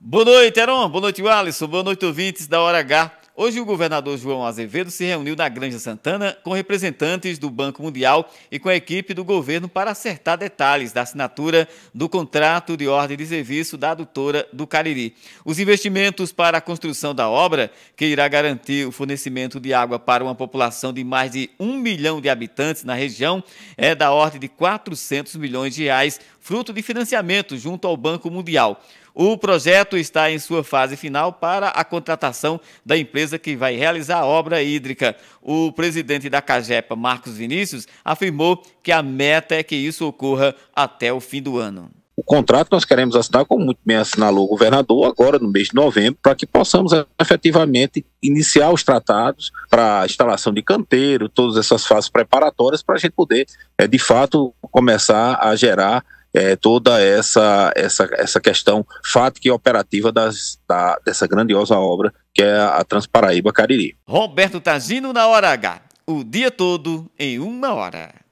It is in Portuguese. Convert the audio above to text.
Boa noite, Heron. Boa noite, Alisson. Boa noite, ouvintes da Hora H. Hoje o governador João Azevedo se reuniu na Granja Santana com representantes do Banco Mundial e com a equipe do governo para acertar detalhes da assinatura do contrato de ordem de serviço da adutora do Cariri. Os investimentos para a construção da obra, que irá garantir o fornecimento de água para uma população de mais de 1 milhão de habitantes na região, é da ordem de 400 milhões de reais, fruto de financiamento junto ao Banco Mundial. O projeto está em sua fase final para a contratação da empresa que vai realizar a obra hídrica. O presidente da CAGEPA, Marcos Vinícius, afirmou que a meta é que isso ocorra até o fim do ano. O contrato nós queremos assinar, como muito bem assinalou o governador, agora no mês de novembro, para que possamos efetivamente iniciar os tratados para a instalação de canteiro, todas essas fases preparatórias, para a gente poder, de fato, começar a gerar toda essa questão fática e operativa dessa grandiosa obra que é a Transparaíba Cariri. Roberto Tagino na Hora H. O dia todo em 1 hora.